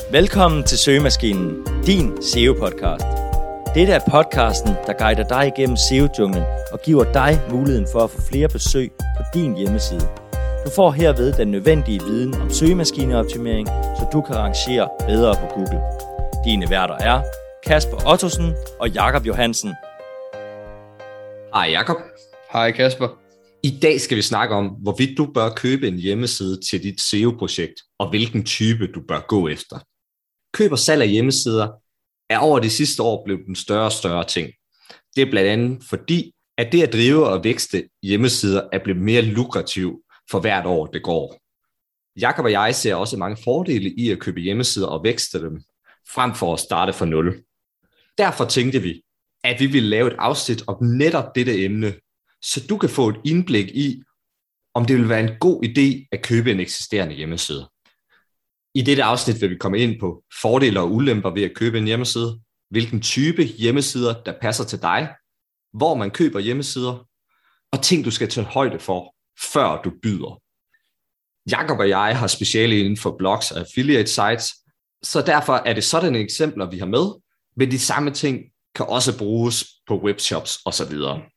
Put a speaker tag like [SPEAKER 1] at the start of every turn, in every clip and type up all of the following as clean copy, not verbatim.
[SPEAKER 1] Velkommen til Søgemaskinen, din SEO-podcast. Dette er podcasten, der guider dig igennem SEO-junglen og giver dig muligheden for at få flere besøg på din hjemmeside. Du får herved den nødvendige viden om søgemaskineoptimering, så du kan rangere bedre på Google. Dine værter er Kasper Ottosen og Jakob Johansen.
[SPEAKER 2] Hej Jakob.
[SPEAKER 3] Hej Kasper.
[SPEAKER 2] I dag skal vi snakke om, hvorvidt du bør købe en hjemmeside til dit SEO-projekt, og hvilken type du bør gå efter. Køb og salg af hjemmesider er over de sidste år blevet en større og større ting. Det er blandt andet fordi, at det at drive og vækste hjemmesider er blevet mere lukrativt for hvert år, det går. Jakob og jeg ser også mange fordele i at købe hjemmesider og vækste dem, frem for at starte fra nul. Derfor tænkte vi, at vi ville lave et afsnit om netop dette emne, så du kan få et indblik i, om det vil være en god idé at købe en eksisterende hjemmeside. I dette afsnit vil vi komme ind på fordele og ulemper ved at købe en hjemmeside, hvilken type hjemmesider, der passer til dig, hvor man køber hjemmesider, og ting, du skal tage højde for, før du byder. Jakob og jeg har speciale inden for blogs og affiliate sites, så derfor er det sådanne eksempler, vi har med, men de samme ting kan også bruges på webshops osv.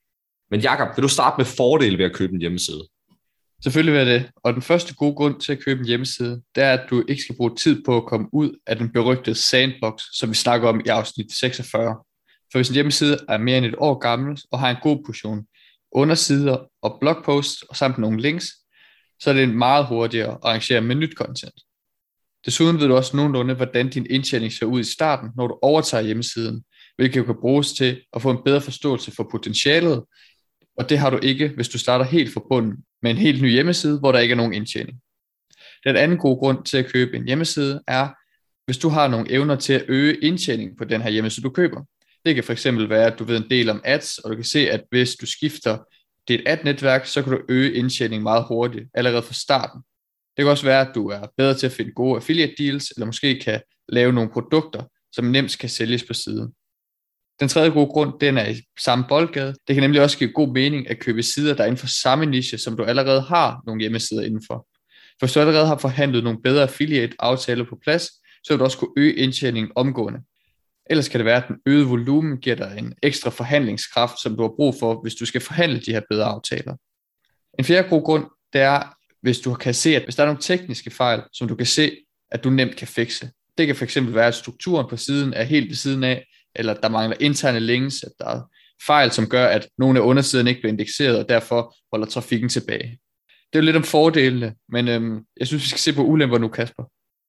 [SPEAKER 2] Men Jakob, vil du starte med fordele ved at købe en hjemmeside?
[SPEAKER 3] Selvfølgelig vil jeg det, og den første gode grund til at købe en hjemmeside, det er, at du ikke skal bruge tid på at komme ud af den berygtede sandbox, som vi snakker om i afsnit 46. For hvis en hjemmeside er mere end et år gammel og har en god portion undersider og blogposts og samt nogle links, så er det meget hurtigere at arrangere med nyt content. Desuden ved du også nogenlunde, hvordan din indtjening ser ud i starten, når du overtager hjemmesiden, hvilket kan bruges til at få en bedre forståelse for potentialet, og det har du ikke, hvis du starter helt fra bunden med en helt ny hjemmeside, hvor der ikke er nogen indtjening. Den anden gode grund til at købe en hjemmeside er, hvis du har nogle evner til at øge indtjening på den her hjemmeside, du køber. Det kan fx være, at du ved en del om ads, og du kan se, at hvis du skifter dit ad-netværk, så kan du øge indtjening meget hurtigt, allerede fra starten. Det kan også være, at du er bedre til at finde gode affiliate deals, eller måske kan lave nogle produkter, som nemt kan sælges på siden. Den tredje gode grund, den er i samme boldgade. Det kan nemlig også give god mening at købe sider, der er inden for samme niche, som du allerede har nogle hjemmesider indenfor. For hvis du allerede har forhandlet nogle bedre affiliate-aftaler på plads, så vil du også kunne øge indtjeningen omgående. Ellers kan det være, at den øgede volumen giver dig en ekstra forhandlingskraft, som du har brug for, hvis du skal forhandle de her bedre aftaler. En fjerde god grund, det er, hvis du kan se, at hvis der er nogle tekniske fejl, som du kan se, at du nemt kan fikse. Det kan fx være, at strukturen på siden er helt ved siden af, eller der mangler interne links, at der er fejl, som gør, at nogle af undersiderne ikke bliver indekseret, og derfor holder trafikken tilbage. Det er jo lidt om fordelene, men jeg synes, vi skal se på ulemper nu, Kasper.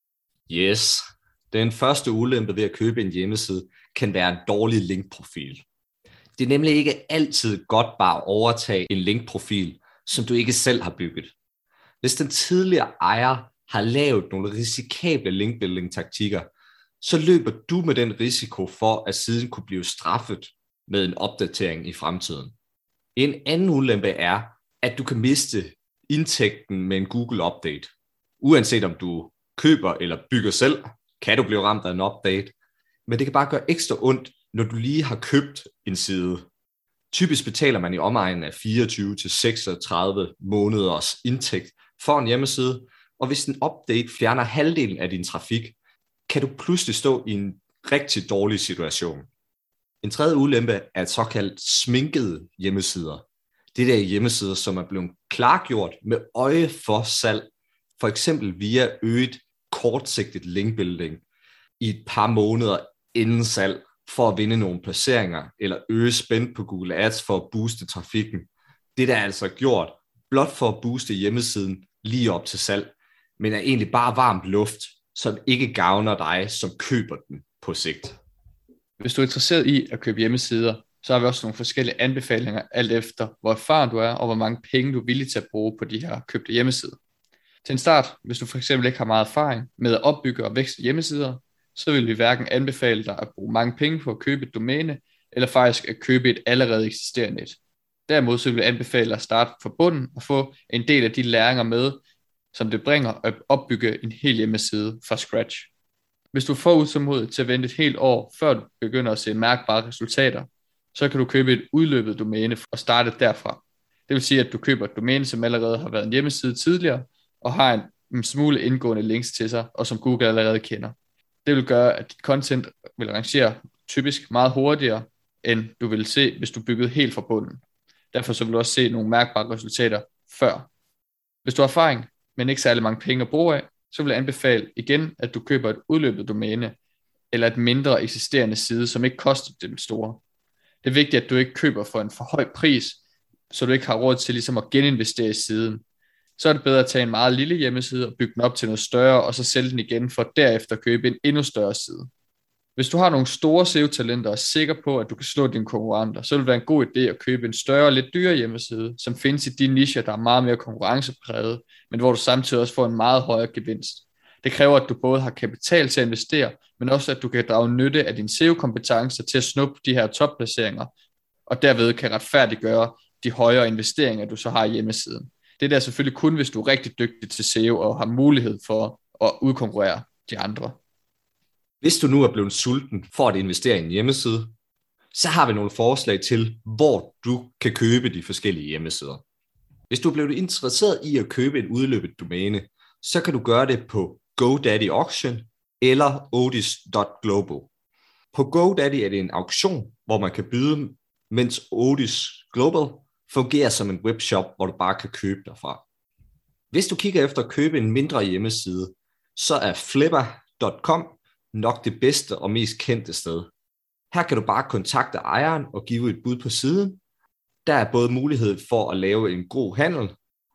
[SPEAKER 2] Yes. Den første ulempe ved at købe en hjemmeside kan være en dårlig linkprofil. Det er nemlig ikke altid godt bare at overtage en linkprofil, som du ikke selv har bygget. Hvis den tidligere ejer har lavet nogle risikable linkbuilding-taktikker, så løber du med den risiko for, at siden kunne blive straffet med en opdatering i fremtiden. En anden ulempe er, at du kan miste indtægten med en Google Update. Uanset om du køber eller bygger selv, kan du blive ramt af en update. Men det kan bare gøre ekstra ondt, når du lige har købt en side. Typisk betaler man i omegnen af 24 til 36 måneders indtægt for en hjemmeside, og hvis en update fjerner halvdelen af din trafik, kan du pludselig stå i en rigtig dårlig situation. En tredje ulempe er et såkaldt sminkede hjemmesider. Det er hjemmesider, som er blevet klargjort med øje for salg, for eksempel via øget kortsigtet linkbuilding i et par måneder inden salg, for at vinde nogle placeringer, eller øge spænd på Google Ads for at booste trafikken. Det er altså gjort blot for at booste hjemmesiden lige op til salg, men er egentlig bare varmt luft, som ikke gavner dig, som køber den på sigt.
[SPEAKER 3] Hvis du er interesseret i at købe hjemmesider, så har vi også nogle forskellige anbefalinger, alt efter hvor erfaren du er, og hvor mange penge du er villig til at bruge på de her købte hjemmesider. Til en start, hvis du for eksempel ikke har meget erfaring med at opbygge og vækste hjemmesider, så vil vi hverken anbefale dig at bruge mange penge på at købe et domæne, eller faktisk at købe et allerede eksisterende et. Derimod så vil vi anbefale dig at starte fra bunden og få en del af de læringer med, som det bringer at opbygge en hel hjemmeside fra scratch. Hvis du får utålmodig til at vente et helt år, før du begynder at se mærkbare resultater, så kan du købe et udløbet domæne og starte derfra. Det vil sige, at du køber et domæne, som allerede har været en hjemmeside tidligere, og har en smule indgående links til sig, og som Google allerede kender. Det vil gøre, at dit content vil rangere typisk meget hurtigere, end du vil se, hvis du byggede helt fra bunden. Derfor så vil du også se nogle mærkbare resultater før. Hvis du har erfaring, men ikke særlig mange penge at bruge af, så vil jeg anbefale igen, at du køber et udløbet domæne, eller et mindre eksisterende side, som ikke koster det store. Det er vigtigt, at du ikke køber for en for høj pris, så du ikke har råd til ligesom at geninvestere i siden. Så er det bedre at tage en meget lille hjemmeside og bygge den op til noget større, og så sælge den igen for derefter at købe en endnu større side. Hvis du har nogle store SEO-talenter og er sikker på, at du kan slå dine konkurrenter, så vil det være en god idé at købe en større og lidt dyrere hjemmeside, som findes i de nicher, der er meget mere konkurrencepræget, men hvor du samtidig også får en meget højere gevinst. Det kræver, at du både har kapital til at investere, men også at du kan drage nytte af dine SEO-kompetencer til at snuppe de her topplaceringer, og derved kan retfærdiggøre de højere investeringer, du så har i hjemmesiden. Det er der selvfølgelig kun, hvis du er rigtig dygtig til SEO og har mulighed for at udkonkurrere de andre.
[SPEAKER 2] Hvis du nu er blevet sulten for at investere i en hjemmeside, så har vi nogle forslag til, hvor du kan købe de forskellige hjemmesider. Hvis du er blevet interesseret i at købe et udløbet domæne, så kan du gøre det på GoDaddy Auction eller Odys.global. På GoDaddy er det en auktion, hvor man kan byde, mens Odys Global fungerer som en webshop, hvor du bare kan købe derfra. Hvis du kigger efter at købe en mindre hjemmeside, så er Flipper.com nok det bedste og mest kendte sted. Her kan du bare kontakte ejeren og give et bud på siden. Der er både mulighed for at lave en god handel,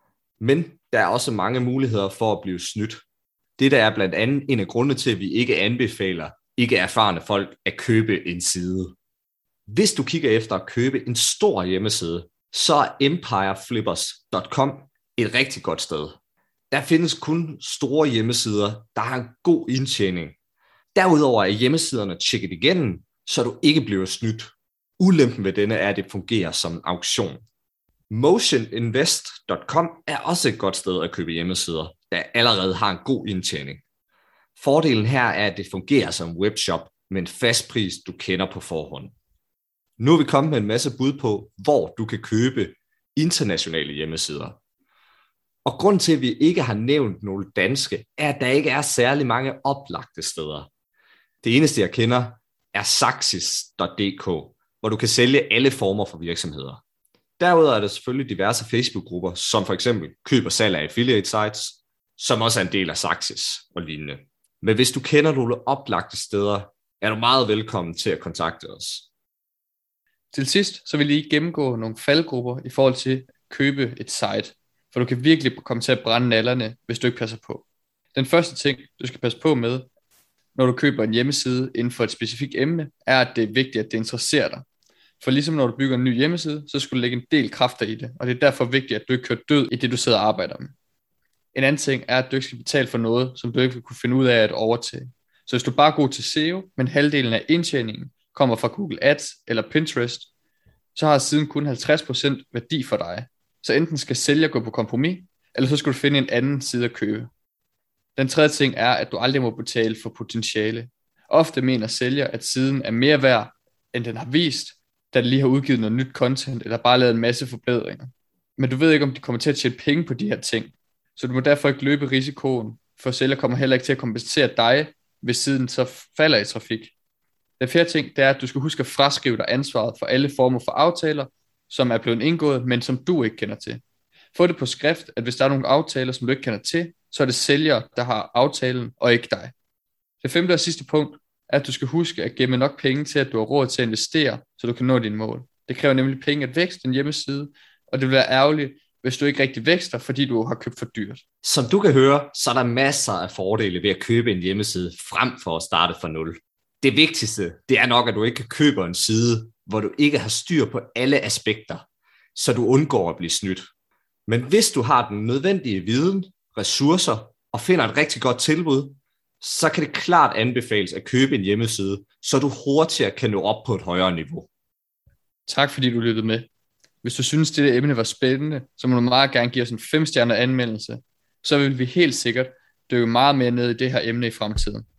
[SPEAKER 2] men der er også mange muligheder for at blive snydt. Det der er blandt andet en af grundene til, at vi ikke anbefaler ikke erfarne folk at købe en side. Hvis du kigger efter at købe en stor hjemmeside, så er empireflippers.com et rigtig godt sted. Der findes kun store hjemmesider, der har en god indtjening. Derudover er hjemmesiderne tjekket igennem, så du ikke bliver snydt. Ulempen ved denne er, at det fungerer som en auktion. Motioninvest.com er også et godt sted at købe hjemmesider, der allerede har en god indtjening. Fordelen her er, at det fungerer som en webshop med en fast pris, du kender på forhånd. Nu er vi kommet med en masse bud på, hvor du kan købe internationale hjemmesider. Og grunden til, at vi ikke har nævnt nogle danske, er, at der ikke er særlig mange oplagte steder. Det eneste, jeg kender, er Saxis.dk, hvor du kan sælge alle former for virksomheder. Derudover er der selvfølgelig diverse Facebook-grupper, som for eksempel køb og salg af affiliate sites, som også er en del af Saxis og lignende. Men hvis du kender nogle oplagte steder, er du meget velkommen til at kontakte os.
[SPEAKER 3] Til sidst så vil jeg lige gennemgå nogle faldgrupper i forhold til at købe et site, for du kan virkelig komme til at brænde nallerne, hvis du ikke passer på. Den første ting, du skal passe på med, når du køber en hjemmeside inden for et specifikt emne, er, at det er vigtigt, at det interesserer dig. For ligesom når du bygger en ny hjemmeside, så skal du lægge en del kræfter i det, og det er derfor vigtigt, at du ikke kører død i det, du sidder og arbejder med. En anden ting er, at du ikke skal betale for noget, som du ikke vil kunne finde ud af at overtage. Så hvis du bare er god til SEO, men halvdelen af indtjeningen kommer fra Google Ads eller Pinterest, så har siden kun 50% værdi for dig. Så enten skal sælger gå på kompromis, eller så skal du finde en anden side at købe. Den tredje ting er, at du aldrig må betale for potentiale. Ofte mener sælger, at siden er mere værd, end den har vist, da den lige har udgivet noget nyt content, eller bare lavet en masse forbedringer. Men du ved ikke, om de kommer til at tjene penge på de her ting. Så du må derfor ikke løbe risikoen, for sælger kommer heller ikke til at kompensere dig, hvis siden så falder i trafik. Den fjerde ting, det er, at du skal huske at fraskrive dig ansvaret for alle former for aftaler, som er blevet indgået, men som du ikke kender til. Få det på skrift, at hvis der er nogle aftaler, som du ikke kender til, så er det sælger, der har aftalen, og ikke dig. Det femte og sidste punkt er, at du skal huske at gemme nok penge til, at du har råd til at investere, så du kan nå dine mål. Det kræver nemlig penge at vækste en hjemmeside, og det vil være ærgerligt, hvis du ikke rigtig vækster, fordi du har købt for dyrt.
[SPEAKER 2] Som du kan høre, så er der masser af fordele ved at købe en hjemmeside frem for at starte fra nul. Det vigtigste, det er nok, at du ikke køber en side, hvor du ikke har styr på alle aspekter, så du undgår at blive snydt. Men hvis du har den nødvendige viden, ressourcer og finder et rigtig godt tilbud, så kan det klart anbefales at købe en hjemmeside, så du hurtigere kan nå op på et højere niveau.
[SPEAKER 3] Tak fordi du lyttede med. Hvis du synes, det emne var spændende, så må du meget gerne give os en 5-stjernet anmeldelse. Så vil vi helt sikkert dykke meget mere ned i det her emne i fremtiden.